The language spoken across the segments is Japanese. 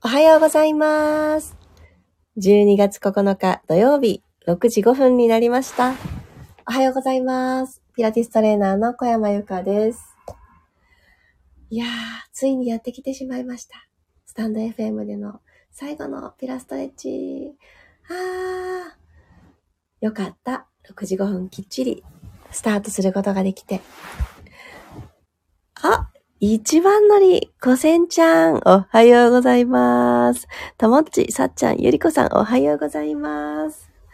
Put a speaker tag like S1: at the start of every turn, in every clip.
S1: おはようございます。12月9日土曜日6時5分になりました。おはようございます。ピラティストレーナーの小山由かです。いやー、ついにやってきてしまいました。スタンド FM での最後のピラストレッチ。よかった。6時5分きっちりスタートすることができて。一番乗り、こせんちゃん、おはようございます。ともっち、さっちゃん、ゆりこさん、おはようございます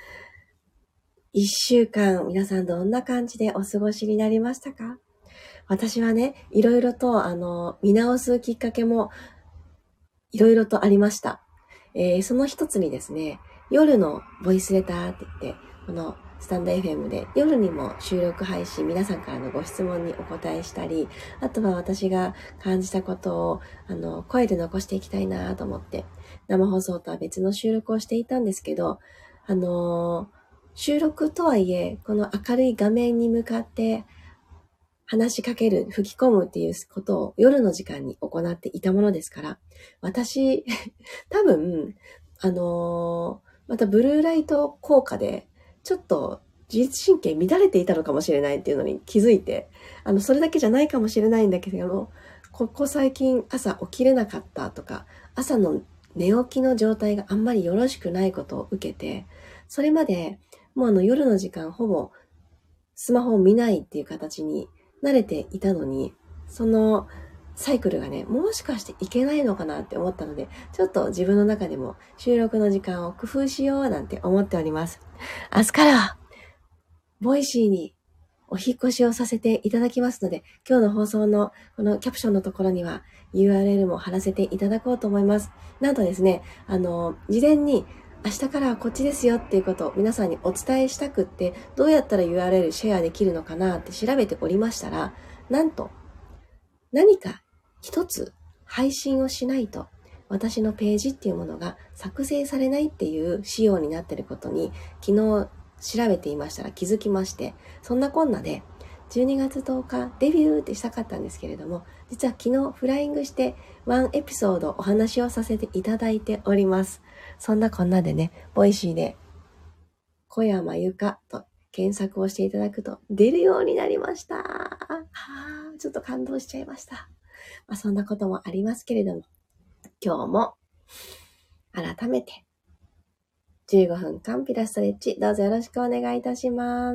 S1: 。1週間、皆さんどんな感じでお過ごしになりましたか？私はね、いろいろと、見直すきっかけも、いろいろとありました。その一つにですね、夜のボイスレターって言って、このスタンド FM で夜にも収録配信、皆さんからのご質問にお答えしたり、あとは私が感じたことを、声で残していきたいなと思って、生放送とは別の収録をしていたんですけど、収録とはいえ、この明るい画面に向かって話しかける、吹き込むっていうことを夜の時間に行っていたものですから、私、多分、またブルーライト効果で、ちょっと自律神経乱れていたのかもしれないっていうのに気づいて、それだけじゃないかもしれないんだけれども、ここ最近朝起きれなかったとか、朝の寝起きの状態があんまりよろしくないことを受けて、それまでもう夜の時間ほぼスマホを見ないっていう形に慣れていたのに、そのサイクルがね、もしかしていけないのかなって思ったので、ちょっと自分の中でも収録の時間を工夫しようなんて思っております。明日からボイシーにお引越しをさせていただきますので、今日の放送のこのキャプションのところには URL も貼らせていただこうと思います。なんとですね、事前に明日からはこっちですよっていうことを皆さんにお伝えしたくって、どうやったら URL シェアできるのかなって調べておりましたら、なんと何か一つ配信をしないと私のページっていうものが作成されないっていう仕様になっていることに昨日調べていましたら気づきまして、そんなこんなで12月10日デビューってしたかったんですけれども、実は昨日フライングしてワンエピソードお話をさせていただいております。そんなこんなでね、ボイシーで小山由かと検索をしていただくと出るようになりました。ちょっと感動しちゃいました。そんなこともありますけれども、今日も改めて15分間ピラストレッチ、どうぞよろしくお願いいたします。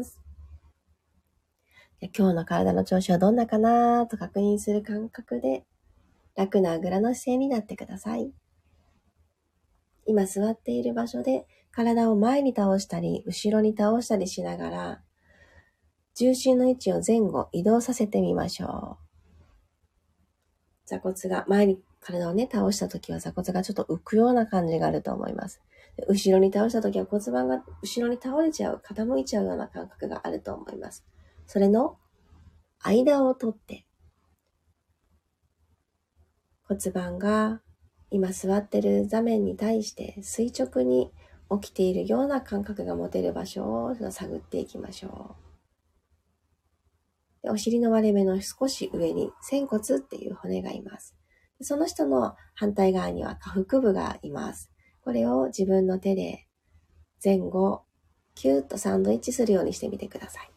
S1: 今日の体の調子はどんなかなと確認する感覚で楽なあぐらの姿勢になってください。今座っている場所で体を前に倒したり後ろに倒したりしながら重心の位置を前後移動させてみましょう。座骨が前に体をね倒したときは座骨がちょっと浮くような感じがあると思います。後ろに倒したときは骨盤が後ろに倒れちゃう、傾いちゃうような感覚があると思います。それの間を取って骨盤が今座ってる座面に対して垂直に起きているような感覚が持てる場所を探っていきましょう。でお尻の割れ目の少し上に仙骨っていう骨がいます。その人の反対側には下腹部がいます。これを自分の手で前後キューッとサンドイッチするようにしてみてください。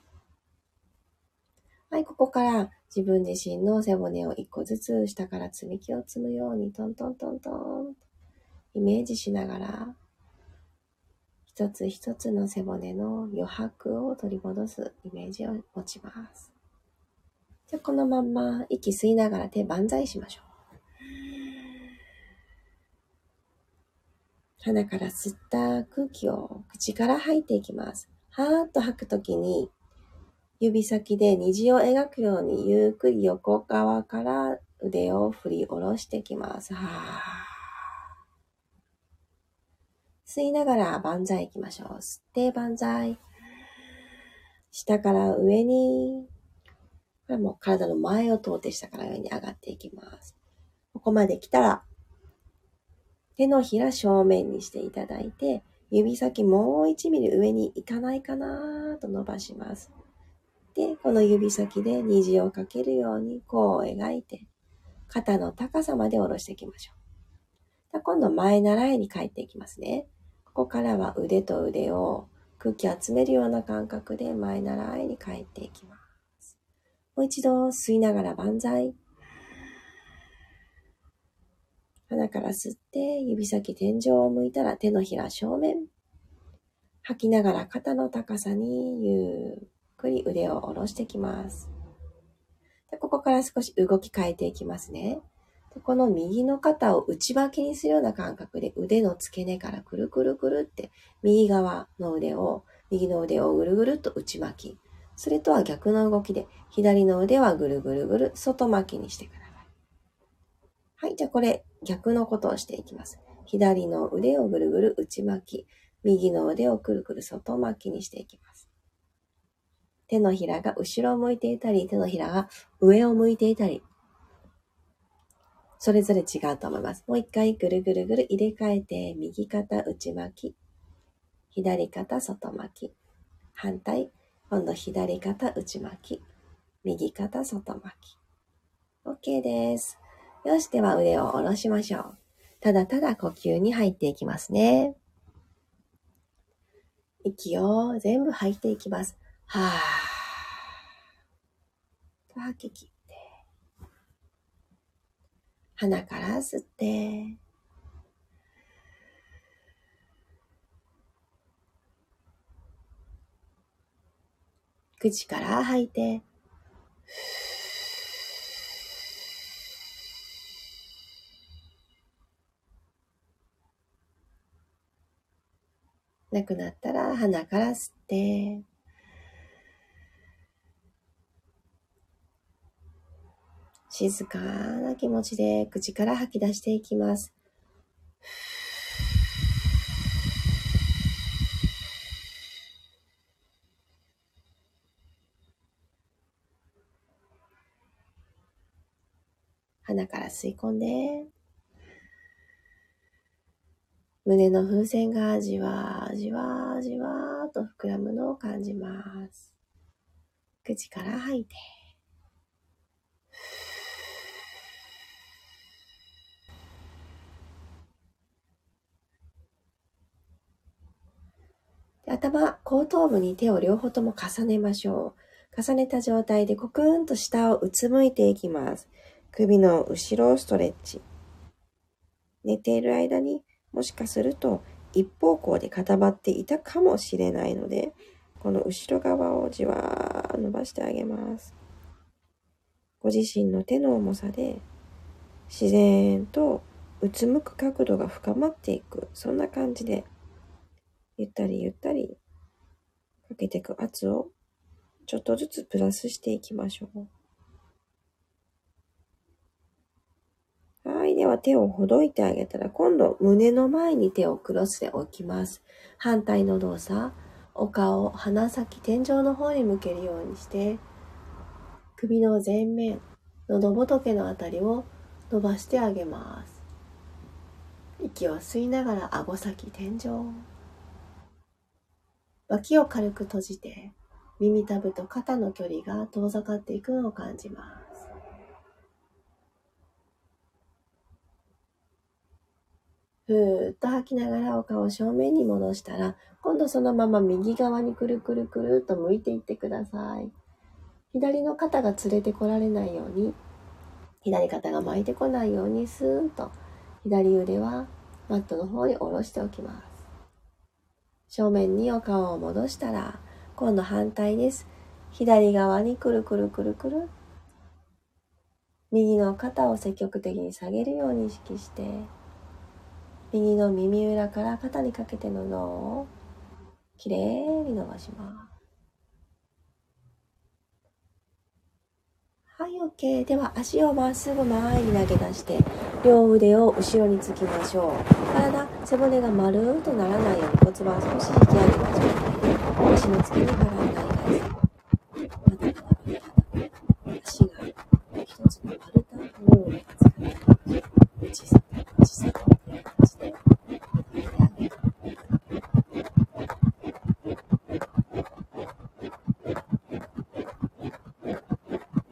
S1: はい、ここから自分自身の背骨を一個ずつ下から積み木を積むようにトントントントンイメージしながら一つ一つの背骨の余白を取り戻すイメージを持ちます。じゃあこのまんま息吸いながら手万歳しましょう。鼻から吸った空気を口から吐いていきます。はーっと吐くときに指先で虹を描くようにゆっくり横側から腕を振り下ろしていきます。吸いながら万歳いきましょう。吸って万歳。下から上に、これはもう体の前を通って下から上に上がっていきます。ここまで来たら手のひら正面にしていただいて、指先もう1ミリ上に行かないかなと伸ばします。で、この指先で虹をかけるように弧を描いて、肩の高さまで下ろしていきましょう。 今度前習いに帰っていきますね。ここからは腕と腕を空気集めるような感覚で前習いに帰っていきます。もう一度吸いながら万歳。鼻から吸って指先天井を向いたら手のひら正面。吐きながら肩の高さにゆっくり腕を下ろしていきます。でここから少し動き変えていきますね。でこの右の肩を内巻きにするような感覚で腕の付け根からくるくるくるって右の腕をぐるぐるっと内巻き。それとは逆の動きで左の腕はぐるぐるぐる外巻きにしてください。はい、じゃあこれ逆のことをしていきます。左の腕をぐるぐる内巻き、右の腕をくるくる外巻きにしていきます。手のひらが後ろを向いていたり、手のひらが上を向いていたり、それぞれ違うと思います。もう一回ぐるぐるぐる入れ替えて、右肩内巻き、左肩外巻き、反対、今度左肩内巻き、右肩外巻き。OK です。よし、では腕を下ろしましょう。ただただ呼吸に入っていきますね。息を全部吐いていきます。はーと吐き切って。鼻から吸って。口から吐いて。なくなったら鼻から吸って。静かな気持ちで口から吐き出していきます。鼻から吸い込んで、胸の風船がじわじわじわと膨らむのを感じます。口から吐いて。頭、後頭部に手を両方とも重ねましょう。重ねた状態でコクンと下をうつむいていきます。首の後ろをストレッチ。寝ている間にもしかすると一方向で固まっていたかもしれないので、この後ろ側をじわー伸ばしてあげます。ご自身の手の重さで自然とうつむく角度が深まっていく、そんな感じでゆったりゆったりかけていく圧をちょっとずつプラスしていきましょう。はい、では手をほどいてあげたら、今度胸の前に手をクロスで置きます。反対の動作、お顔、鼻先、天井の方に向けるようにして、首の前面、喉仏のあたりを伸ばしてあげます。息を吸いながら顎先、天井。脇を軽く閉じて、耳たぶと肩の距離が遠ざかっていくのを感じます。ふーっと吐きながらお顔を正面に戻したら、今度そのまま右側にくるくるくるっと向いていってください。左の肩が連れてこられないように、左肩が巻いてこないようにスーッと左腕はマットの方に下ろしておきます。正面にお顔を戻したら、今度反対です。左側にくるくるくるくる。右の肩を積極的に下げるように意識して、右の耳裏から肩にかけての脳をきれいに伸ばします。はい、OK。では足をまっすぐ前に投げ出して、両腕を後ろにつきましょう。体、背骨が丸ーとならないように骨盤少し引き上げた状態で、足の付け根から上がります。足が一つの丸太のように使って、小さく小さくという感じで、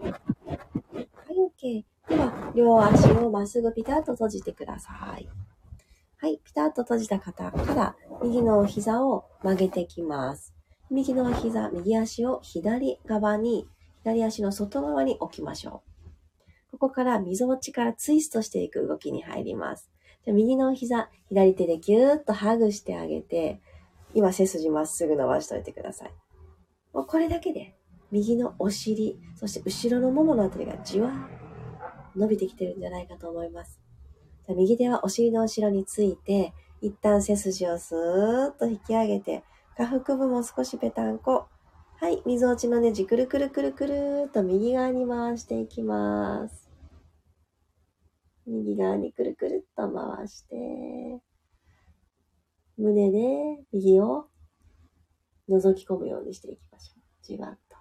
S1: はい、OK。では、両足をまっすぐピタッと閉じてください。 はい、ピタッと閉じた方から右のお膝を曲げていきます。右のお膝、右足を左足の外側に置きましょう。ここから溝落ちからツイストしていく動きに入ります。じゃあ右のお膝、左手でギューッとハグしてあげて、今背筋まっすぐ伸ばしておいてください。もうこれだけで右のお尻、そして後ろのもものあたりがじわー伸びてきてるんじゃないかと思います。じゃあ右手はお尻の後ろについて、一旦背筋をスーッと引き上げて、下腹部も少しぺたんこ。はい、溝落ちのネジくるくるくるくるーっと右側に回していきます。右側にくるくるっと回して、胸で右を覗き込むようにしていきましょう。じわっと。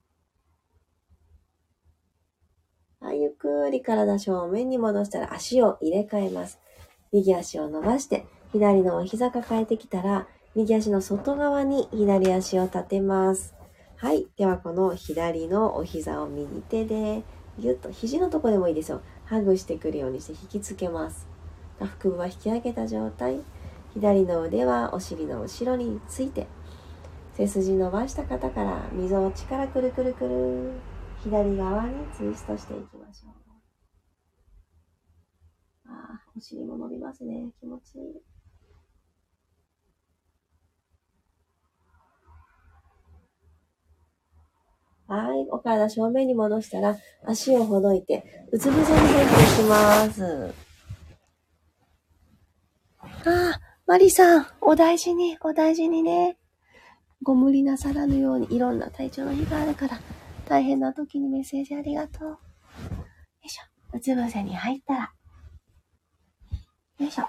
S1: はい、ゆっくり体正面に戻したら足を入れ替えます。右足を伸ばして、左のお膝抱えてきたら、右足の外側に左足を立てます。はい。ではこの左のお膝を右手で、ぎゅっと肘のとこでもいいですよ。ハグしてくるようにして引きつけます。下腹部は引き上げた状態。左の腕はお尻の後ろについて、背筋伸ばした方から溝落ちからくるくるくる。左側にツイストしていきましょう。お尻も伸びますね。気持ちいい。はい。お体正面に戻したら、足をほどいて、うつ伏せに入っていきます。マリさん、お大事にね。ご無理なさらぬように、いろんな体調の日があるから、大変な時にメッセージありがとう。よいしょ。うつ伏せに入ったら、よいしょ。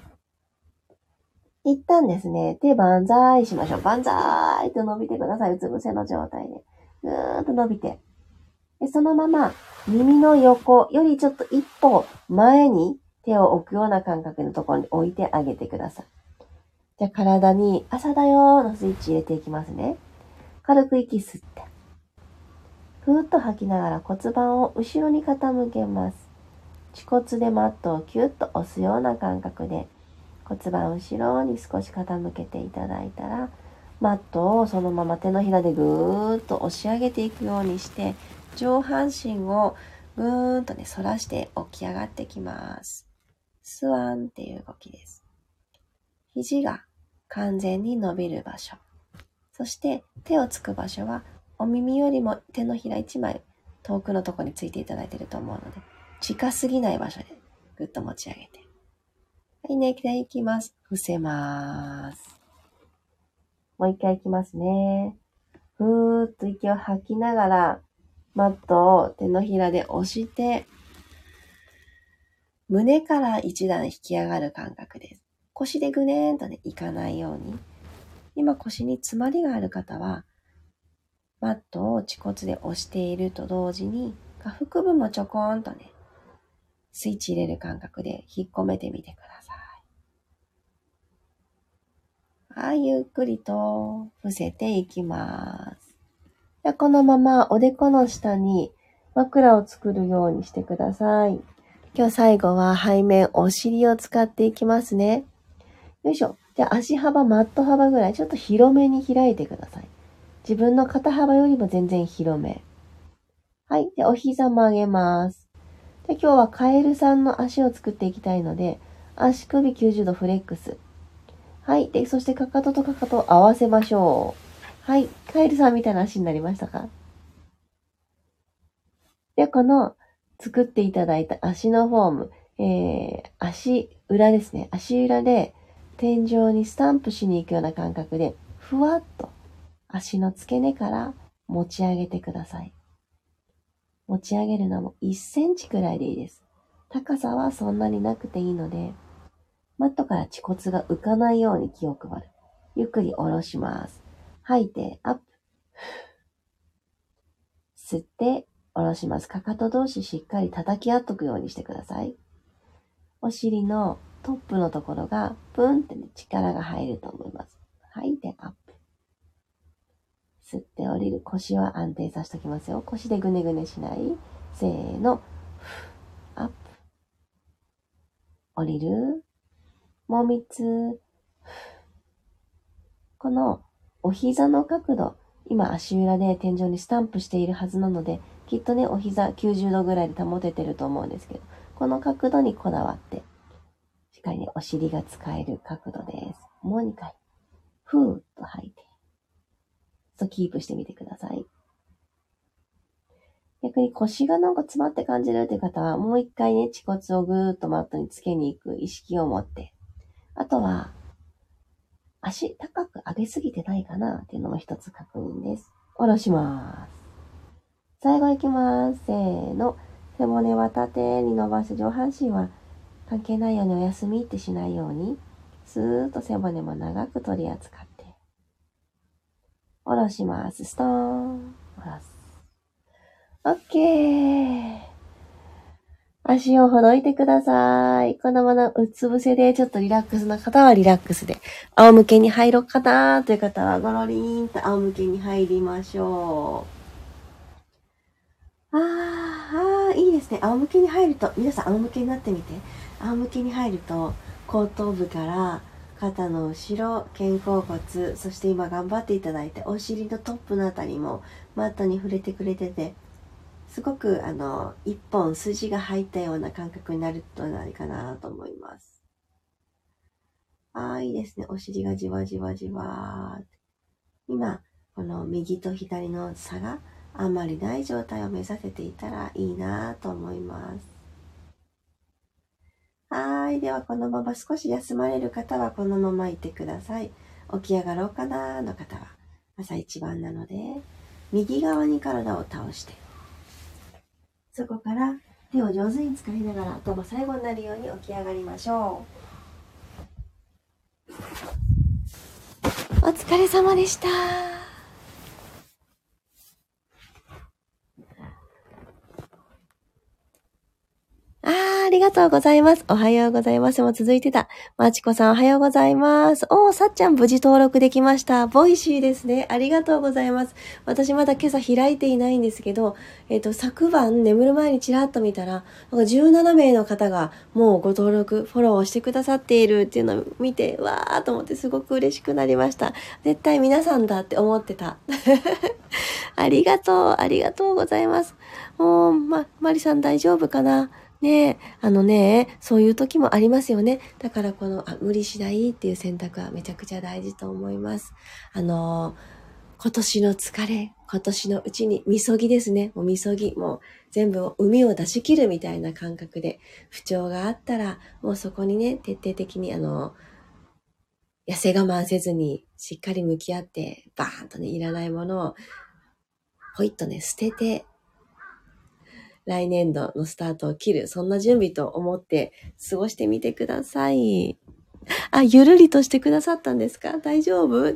S1: 一旦ですね、手万歳しましょう。万歳と伸びてください。うつ伏せの状態で。ぐーっと伸びて。でそのまま耳の横よりちょっと一歩前に手を置くような感覚のところに置いてあげてください。じゃあ体に朝だよーのスイッチ入れていきますね。軽く息吸って。ふーっと吐きながら骨盤を後ろに傾けます。恥骨でマットをキュッと押すような感覚で骨盤後ろに少し傾けていただいたら、マットをそのまま手のひらでぐーっと押し上げていくようにして、上半身をぐーんとね、反らして起き上がってきます。スワンっていう動きです。肘が完全に伸びる場所。そして手をつく場所は、お耳よりも手のひら1枚遠くのところについていただいていると思うので、近すぎない場所でぐっと持ち上げて。はい、ね、でいきます。伏せます。もう一回いきますね。ふーっと息を吐きながら、マットを手のひらで押して、胸から一段引き上がる感覚です。腰でぐねーんとね、いかないように。今腰に詰まりがある方は、マットを恥骨で押していると同時に、下腹部もちょこーんとね、スイッチ入れる感覚で引っ込めてみてください。はい、ゆっくりと伏せていきます。でこのままおでこの下に枕を作るようにしてください。今日最後は背面お尻を使っていきますね。よいしょ。じゃあ足幅、マット幅ぐらいちょっと広めに開いてください。自分の肩幅よりも全然広め。はい。で、お膝曲げます。で、今日はカエルさんの足を作っていきたいので、足首90度フレックス。はい。で、そしてかかととかかとを合わせましょう。はい。カエルさんみたいな足になりましたか？で、この作っていただいた足のフォーム、足裏ですね。足裏で天井にスタンプしに行くような感覚で、ふわっと足の付け根から持ち上げてください。持ち上げるのも1センチくらいでいいです。高さはそんなになくていいので、マットから恥骨が浮かないように気を配る。ゆっくり下ろします。吐いて、アップ。吸って、下ろします。かかと同士しっかり叩き合っとくようにしてください。お尻のトップのところが、プンってね、力が入ると思います。吐いて、アップ。吸って降りる。腰は安定させておきますよ。腰でぐねぐねしない。せーの。アップ。降りる。 もう3つ。このお膝の角度、今足裏で天井にスタンプしているはずなので、きっとね、お膝90度ぐらいで保ててると思うんですけど、この角度にこだわって、しっかりね、お尻が使える角度です。もう2回。ふーっと吐いて。そうキープしてみてください。逆に腰がなんか詰まって感じるという方は、もう1回ね、恥骨をぐーっとマットにつけに行く意識を持って、あとは、足高く上げすぎてないかなっていうのも一つ確認です。下ろします。最後いきます。せーの。背骨は縦に伸ばして上半身は関係ないようにお休みってしないように、スーッと背骨も長く取り扱って。下ろします。ストーン。下ろす。オッケー。足をほどいてください。このままうつ伏せでちょっとリラックスな方はリラックスで、仰向けに入ろうかなという方はゴロリーンと仰向けに入りましょう。いいですね。仰向けに入ると、皆さん仰向けになってみて。仰向けに入ると、後頭部から肩の後ろ、肩甲骨、そして今頑張っていただいて、お尻のトップのあたりもマットに触れてくれてて、すごく一本筋が入ったような感覚になるんじゃないかなと思います。いいですね。お尻がじわじわじわーって。今、この右と左の差があんまりない状態を目指せていたらいいなと思います。ではこのまま少し休まれる方はこのままいてください。起き上がろうかなの方は朝一番なので、右側に体を倒して、そこから手を上手に使いながら頭最後になるように起き上がりましょう。お疲れ様でした。ありがとうございます。おはようございます。もう続いてた。まちこさんおはようございます。さっちゃん無事登録できました。ボイシーですね。ありがとうございます。私まだ今朝開いていないんですけど、昨晩眠る前にちらっと見たら、17名の方がもうご登録、フォローをしてくださっているっていうのを見て、わーと思ってすごく嬉しくなりました。絶対皆さんだって思ってた。ありがとうございます。マリさん大丈夫かなねえ、そういう時もありますよね。だから無理しないっていう選択はめちゃくちゃ大事と思います。今年の疲れ、今年のうちに、みそぎですね。もうみそぎ、もう全部海を出し切るみたいな感覚で、不調があったら、もうそこにね、徹底的に痩せ我慢せずに、しっかり向き合って、バーンとね、いらないものを、ほいっとね、捨てて、来年度のスタートを切る、そんな準備と思って過ごしてみてください。ゆるりとしてくださったんですか？大丈夫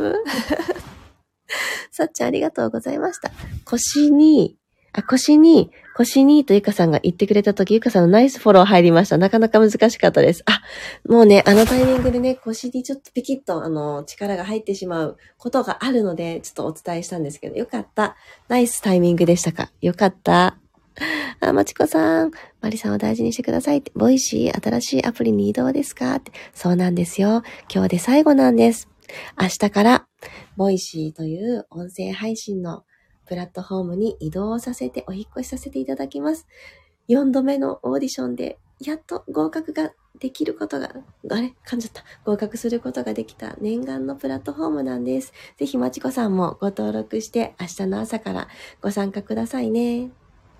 S1: さっちゃんありがとうございました。腰にとゆかさんが言ってくれたとき、ゆかさんのナイスフォロー入りました。なかなか難しかったです。もうね、タイミングでね、腰にちょっとピキッと力が入ってしまうことがあるので、ちょっとお伝えしたんですけど、よかった。ナイスタイミングでしたか？よかった。まちこさん、マリさんを大事にしてくださいって、ボイシー新しいアプリに移動ですかって、そうなんですよ。今日で最後なんです。明日から、ボイシーという音声配信のプラットフォームに移動させて、お引っ越しさせていただきます。4度目のオーディションで、やっと合格ができることが、噛んじゃった。合格することができた念願のプラットフォームなんです。ぜひまちこさんもご登録して、明日の朝からご参加くださいね。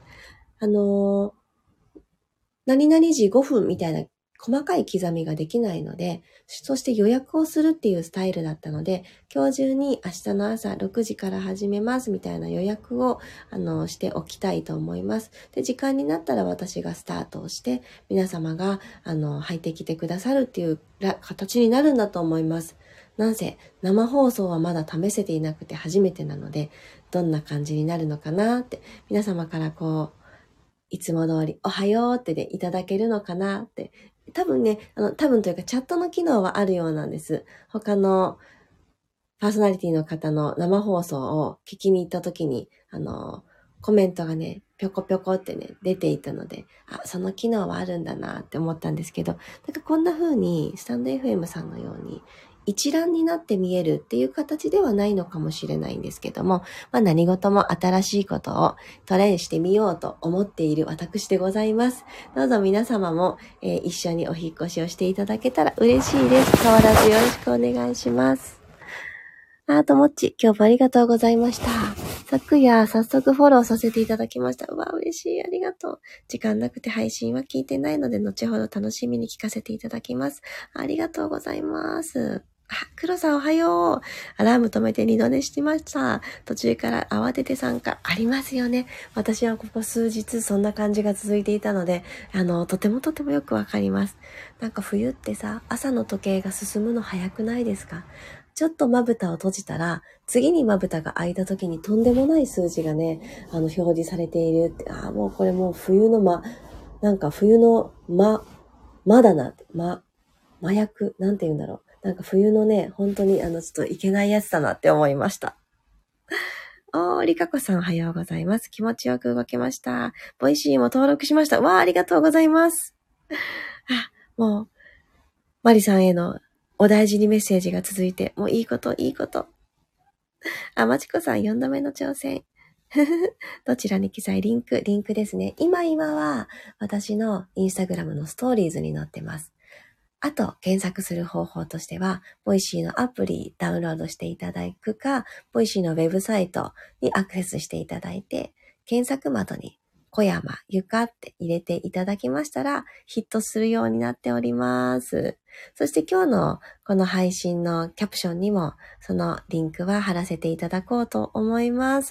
S1: 何々時5分みたいな細かい刻みができないので、そして予約をするっていうスタイルだったので、今日中に明日の朝6時から始めますみたいな予約をしておきたいと思います。で、時間になったら私がスタートをして、皆様が入ってきてくださるっていう形になるんだと思います。なんせ生放送はまだ試せていなくて初めてなので、どんな感じになるのかなって、皆様からいつも通りおはようってね、いただけるのかなって。多分ね、多分というかチャットの機能はあるようなんです。他のパーソナリティの方の生放送を聞きに行った時に、コメントがね、 ぴょこぴょこってね、出ていたので、その機能はあるんだなって思ったんですけど、なんかこんな風に、スタンド FM さんのように、一覧になって見えるっていう形ではないのかもしれないんですけども、何事も新しいことをトレイしてみようと思っている私でございます。どうぞ皆様も、一緒にお引っ越しをしていただけたら嬉しいです。変わらずよろしくお願いします。ともっち、今日もありがとうございました。昨夜、早速フォローさせていただきました。うわ、嬉しい。ありがとう。時間なくて配信は聞いてないので、後ほど楽しみに聞かせていただきます。ありがとうございます。黒さんおはよう。アラーム止めて二度寝してました。途中から慌てて参加。ありますよね。私はここ数日そんな感じが続いていたので、とてもよくわかります。なんか冬ってさ、朝の時計が進むの早くないですか？ちょっとまぶたを閉じたら、次にまぶたが開いた時にとんでもない数字がね、表示されているって、もうこれもう冬のなんか冬のだなって、麻薬、なんて言うんだろう。なんか冬のね、本当にちょっといけないやつだなって思いました。りかこさんおはようございます。気持ちよく動けました。ボイシーも登録しました。ありがとうございます。もう、マリさんへのお大事にメッセージが続いて、もういいこと。まちこさん4度目の挑戦。どちらに記載リンクですね。今は私のインスタグラムのストーリーズに載ってます。あと、検索する方法としては、ボイシーのアプリダウンロードしていただくか、ボイシーのウェブサイトにアクセスしていただいて、検索窓に小山ゆかって入れていただきましたら、ヒットするようになっております。そして今日のこの配信のキャプションにも、そのリンクは貼らせていただこうと思います。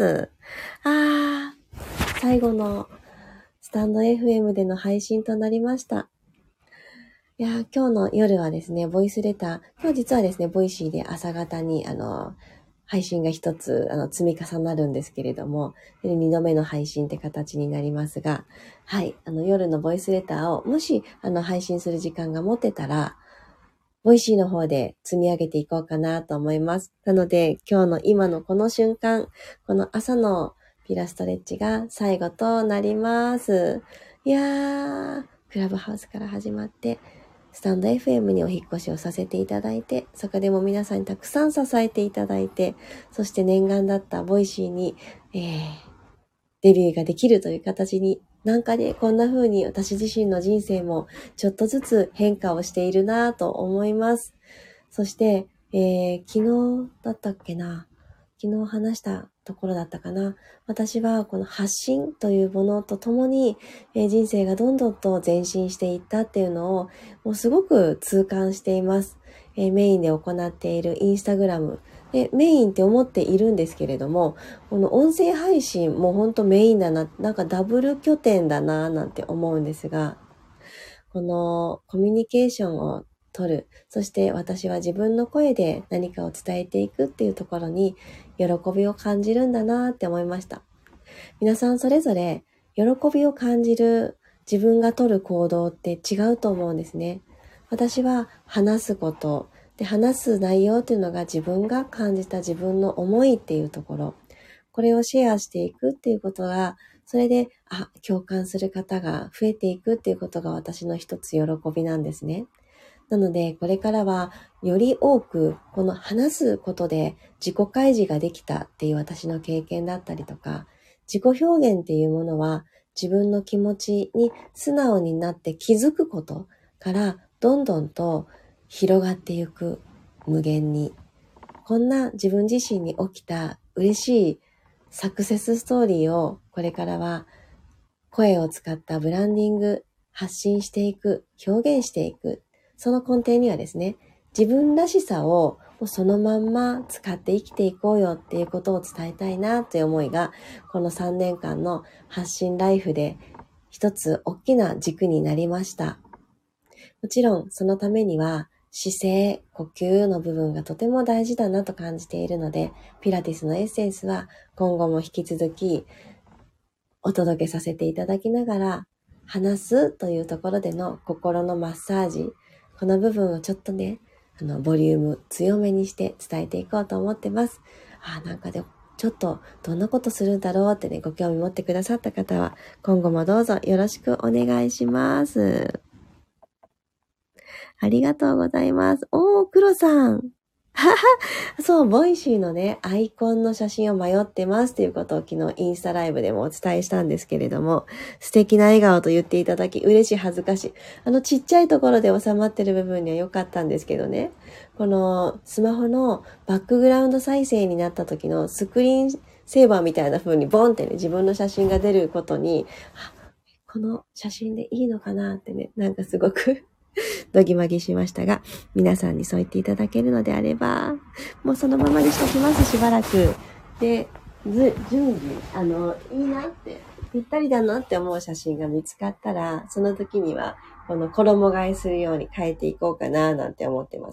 S1: 最後のスタンド FM での配信となりました。今日の夜はですね、ボイスレター、今日実はですね、ボイシーで朝方に、配信が一つ、積み重なるんですけれども、2度目の配信って形になりますが、はい、夜のボイスレターを、もし、配信する時間が持てたら、ボイシーの方で積み上げていこうかなと思います。なので、今日の今のこの瞬間、この朝のピラストレッチが最後となります。クラブハウスから始まって、スタンド FM にお引っ越しをさせていただいて、そこでも皆さんにたくさん支えていただいて、そして念願だったボイシーに、デビューができるという形に、なんかね、こんな風に私自身の人生もちょっとずつ変化をしているなぁと思います。そして、昨日だったっけな、昨日話したところだったかな。私はこの発信というものとともに、人生がどんどんと前進していったっていうのをもうすごく痛感しています。メインで行っているインスタグラムでメインって思っているんですけれども、この音声配信も本当メインだな、なんかダブル拠点だななんて思うんですが、このコミュニケーションを取る、そして私は自分の声で何かを伝えていくっていうところに喜びを感じるんだなって思いました。皆さんそれぞれ喜びを感じる自分が取る行動って違うと思うんですね。私は話すことで、話す内容っていうのが自分が感じた自分の思いっていうところ、これをシェアしていくっていうことが、それで共感する方が増えていくっていうことが私の一つ喜びなんですね。なので、これからはより多くこの話すことで自己開示ができたっていう私の経験だったりとか、自己表現っていうものは自分の気持ちに素直になって気づくことからどんどんと広がっていく、無限に。こんな自分自身に起きた嬉しいサクセスストーリーをこれからは声を使ったブランディング、発信していく、表現していく。その根底にはですね、自分らしさをそのまんま使って生きていこうよっていうことを伝えたいなという思いが、この3年間の発信ライフで一つ大きな軸になりました。もちろんそのためには姿勢、呼吸の部分がとても大事だなと感じているので、ピラティスのエッセンスは今後も引き続きお届けさせていただきながら、話すというところでの心のマッサージ、この部分をちょっとね、ボリューム強めにして伝えていこうと思ってます。なんかでちょっとどんなことするんだろうってね、ご興味持ってくださった方は、今後もどうぞよろしくお願いします。ありがとうございます。黒さん。はは、そう、ボイシーのね、アイコンの写真を迷ってますということを昨日インスタライブでもお伝えしたんですけれども、素敵な笑顔と言っていただき、嬉しい恥ずかしい。ちっちゃいところで収まってる部分には良かったんですけどね、このスマホのバックグラウンド再生になった時のスクリーンセーバーみたいな風にボンってね、自分の写真が出ることに、この写真でいいのかなってね、なんかすごくどぎまぎしましたが、皆さんにそう言っていただけるのであれば、もうそのままにしときます、しばらく。で、順次、いいなって、ぴったりだなって思う写真が見つかったら、その時には、この衣替えするように変えていこうかな、なんて思ってます。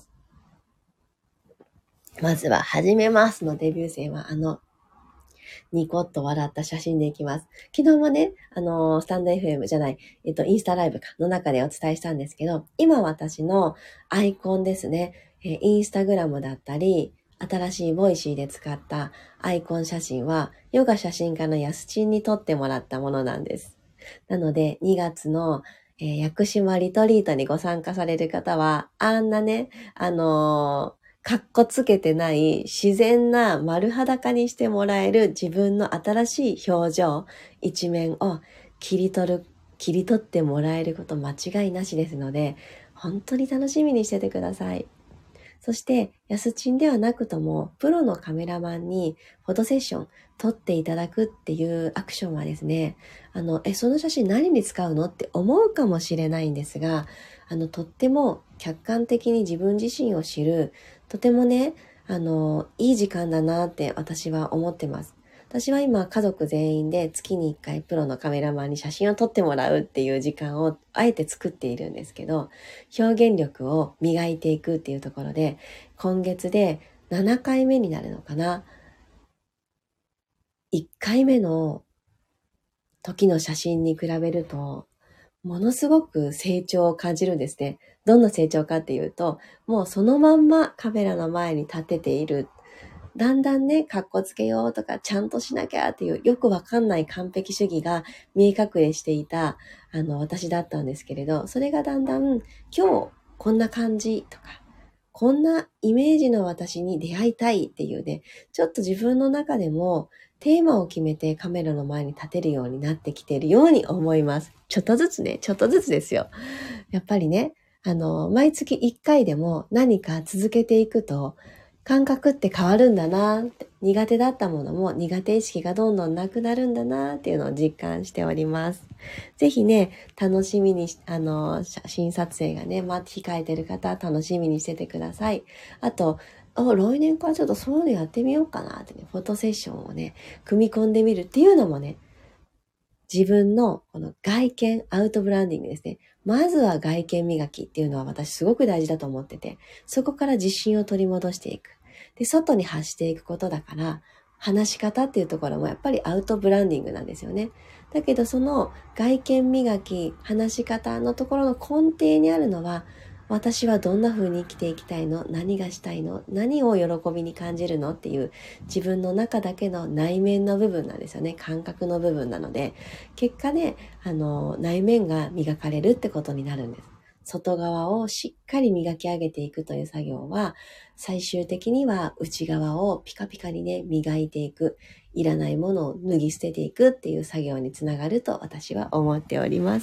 S1: まずは、始めますのデビュー戦は、ニコッと笑った写真でいきます。昨日もね、スタンド FM じゃない、インスタライブの中でお伝えしたんですけど、今私のアイコンですね、インスタグラムだったり、新しいボイシーで使ったアイコン写真は、ヨガ写真家のやすちんに撮ってもらったものなんです。なので、2月の、屋久島リトリートにご参加される方は、あんなね、かっこつけてない自然な丸裸にしてもらえる自分の新しい表情、一面を切り取ってもらえること間違いなしですので、本当に楽しみにしててください。そして、やすちんではなくとも、プロのカメラマンにフォトセッション撮っていただくっていうアクションはですね、その写真何に使うのって思うかもしれないんですが、とっても客観的に自分自身を知る、とてもね、いい時間だなって私は思ってます。私は今家族全員で月に1回プロのカメラマンに写真を撮ってもらうっていう時間をあえて作っているんですけど、表現力を磨いていくっていうところで、今月で7回目になるのかな。1回目の時の写真に比べると、ものすごく成長を感じるんですね。どんな成長かっていうと、もうそのまんまカメラの前に立てている。だんだんね、かっこつけようとか、ちゃんとしなきゃっていうよくわかんない完璧主義が見え隠れしていた、私だったんですけれど、それがだんだん、今日こんな感じとか、こんなイメージの私に出会いたいっていうね、ちょっと自分の中でもテーマを決めてカメラの前に立てるようになってきているように思います。ちょっとずつですよ。やっぱりね、毎月1回でも何か続けていくと、感覚って変わるんだなって、苦手だったものも苦手意識がどんどんなくなるんだなっていうのを実感しております。ぜひね、楽しみに、写真撮影がね、控えてる方は楽しみにしててください。あと、来年からちょっとそういうのやってみようかなってね、フォトセッションをね、組み込んでみるっていうのもね、自分のこの外見、アウトブランディングですね。まずは外見磨きっていうのは私すごく大事だと思ってて、そこから自信を取り戻していく。で、外に発していくことだから、話し方っていうところもやっぱりアウトブランディングなんですよね。だけどその外見磨き、話し方のところの根底にあるのは、私はどんな風に生きていきたいの？何がしたいの？何を喜びに感じるの？っていう自分の中だけの内面の部分なんですよね。感覚の部分なので、結果ね、内面が磨かれるってことになるんです。外側をしっかり磨き上げていくという作業は、最終的には内側をピカピカにね、磨いていく。いらないものを脱ぎ捨てていくっていう作業につながると私は思っております。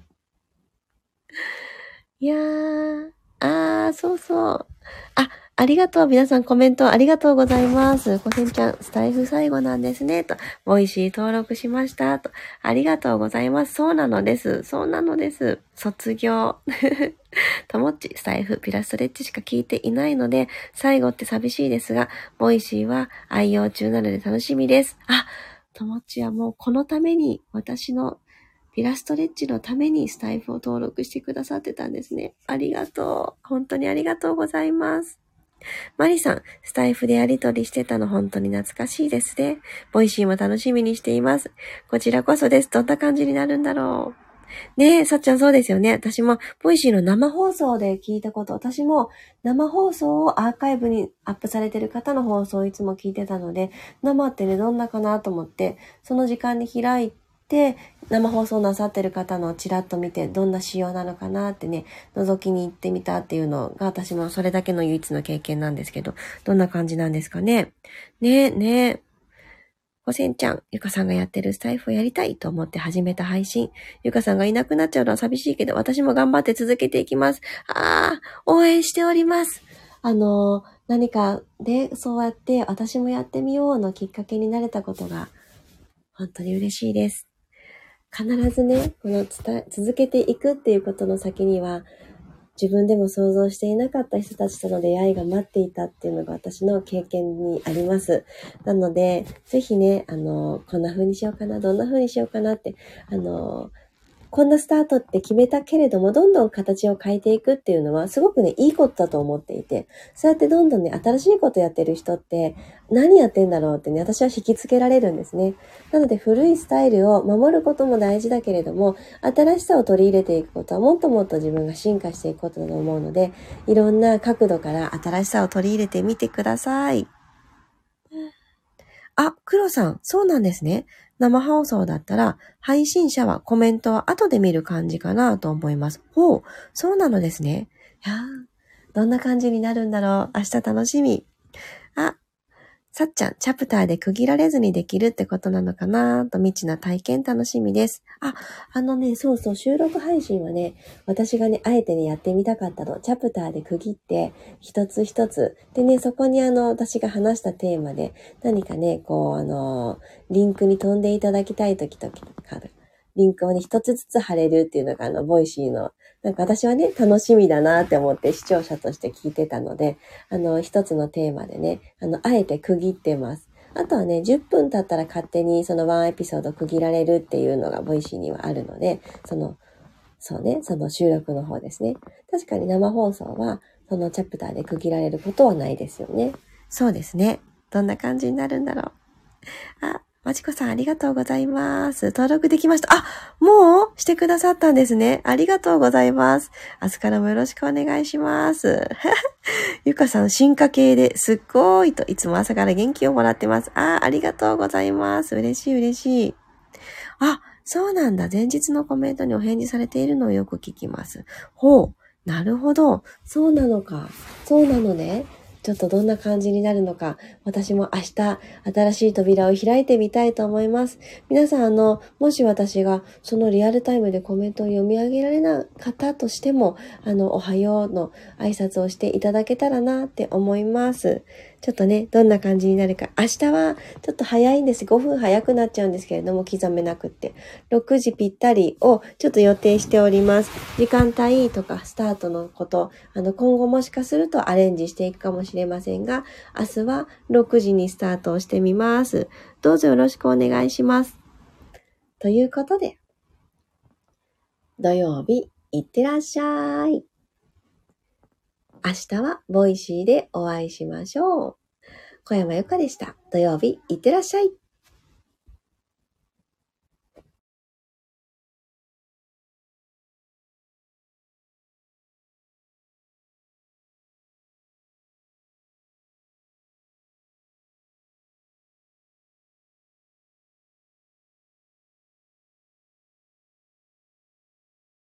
S1: いやー、そうそう。ありがとう。皆さんコメントありがとうございます。こせんちゃん、スタイフ最後なんですね。と、ボイシー登録しました。と、ありがとうございます。そうなのです。そうなのです。卒業。ともっち、スタイフ、ピラストレッチしか聞いていないので、最後って寂しいですが、ボイシーは愛用中なので楽しみです。ともっちはもうこのために私のピラストレッチのためにスタイフを登録してくださってたんですね。ありがとう。本当にありがとうございます。マリさん、スタイフでやりとりしてたの本当に懐かしいですね。ボイシーも楽しみにしています。こちらこそです。どんな感じになるんだろう。 ねえ、さっちゃんそうですよね。私も、ボイシーの生放送で聞いたこと、私も生放送をアーカイブにアップされてる方の放送をいつも聞いてたので、生ってね、どんなかなと思って、その時間に開いて、生放送なさってる方のチラッと見て、どんな仕様なのかなってね、覗きに行ってみたっていうのが、私のそれだけの唯一の経験なんですけど、どんな感じなんですかね。ねえ、ねえ。こせんちゃん、ゆかさんがやってるスタイフをやりたいと思って始めた配信。ゆかさんがいなくなっちゃうのは寂しいけど、私も頑張って続けていきます。応援しております。何かで、そうやって私もやってみようのきっかけになれたことが、本当に嬉しいです。必ずね、続けていくっていうことの先には、自分でも想像していなかった人たちとの出会いが待っていたっていうのが私の経験にあります。なので、ぜひね、こんな風にしようかな、どんな風にしようかなって、こんなスタートって決めたけれども、どんどん形を変えていくっていうのは、すごくね、いいことだと思っていて、そうやってどんどんね、新しいことやってる人って、何やってんだろうってね、私は引きつけられるんですね。なので、古いスタイルを守ることも大事だけれども、新しさを取り入れていくことは、もっともっと自分が進化していくことだと思うので、いろんな角度から新しさを取り入れてみてください。黒さん、そうなんですね。生放送だったら、配信者はコメントは後で見る感じかなと思います。ほう、そうなのですね。いやー、どんな感じになるんだろう。明日楽しみ。さっちゃん、チャプターで区切られずにできるってことなのかなと、未知な体験楽しみです。そうそう、収録配信はね、私がね、あえてね、やってみたかったの。チャプターで区切って、一つ一つ。でね、そこに私が話したテーマで、何かね、リンクに飛んでいただきたいときとか、リンクをね、一つずつ貼れるっていうのが、ボイシーの、なんか私はね、楽しみだなって思って視聴者として聞いてたので、一つのテーマでね、あえて区切ってます。あとはね、10分経ったら勝手にそのワンエピソード区切られるっていうのがボイシーにはあるので、その収録の方ですね。確かに生放送は、そのチャプターで区切られることはないですよね。そうですね。どんな感じになるんだろう。まちこさんありがとうございます。登録できました。もうしてくださったんですね。ありがとうございます。明日からもよろしくお願いします。ゆかさん進化系ですっごいといつも朝から元気をもらってます。ありがとうございます。嬉しい嬉しい。そうなんだ。前日のコメントにお返事されているのをよく聞きます。ほう。なるほど。そうなのか。そうなのね。ちょっとどんな感じになるのか、私も明日新しい扉を開いてみたいと思います。皆さんもし私がそのリアルタイムでコメントを読み上げられなかったとしても、おはようの挨拶をしていただけたらなって思います。ちょっとね、どんな感じになるか。明日はちょっと早いんです。5分早くなっちゃうんですけれども、刻めなくって。6時ぴったりをちょっと予定しております。時間帯とかスタートのこと、今後もしかするとアレンジしていくかもしれませんが、明日は6時にスタートをしてみます。どうぞよろしくお願いします。ということで、土曜日、いってらっしゃい。明日はボイシーでお会いしましょう。小山由かでした。土曜日、いってらっしゃい。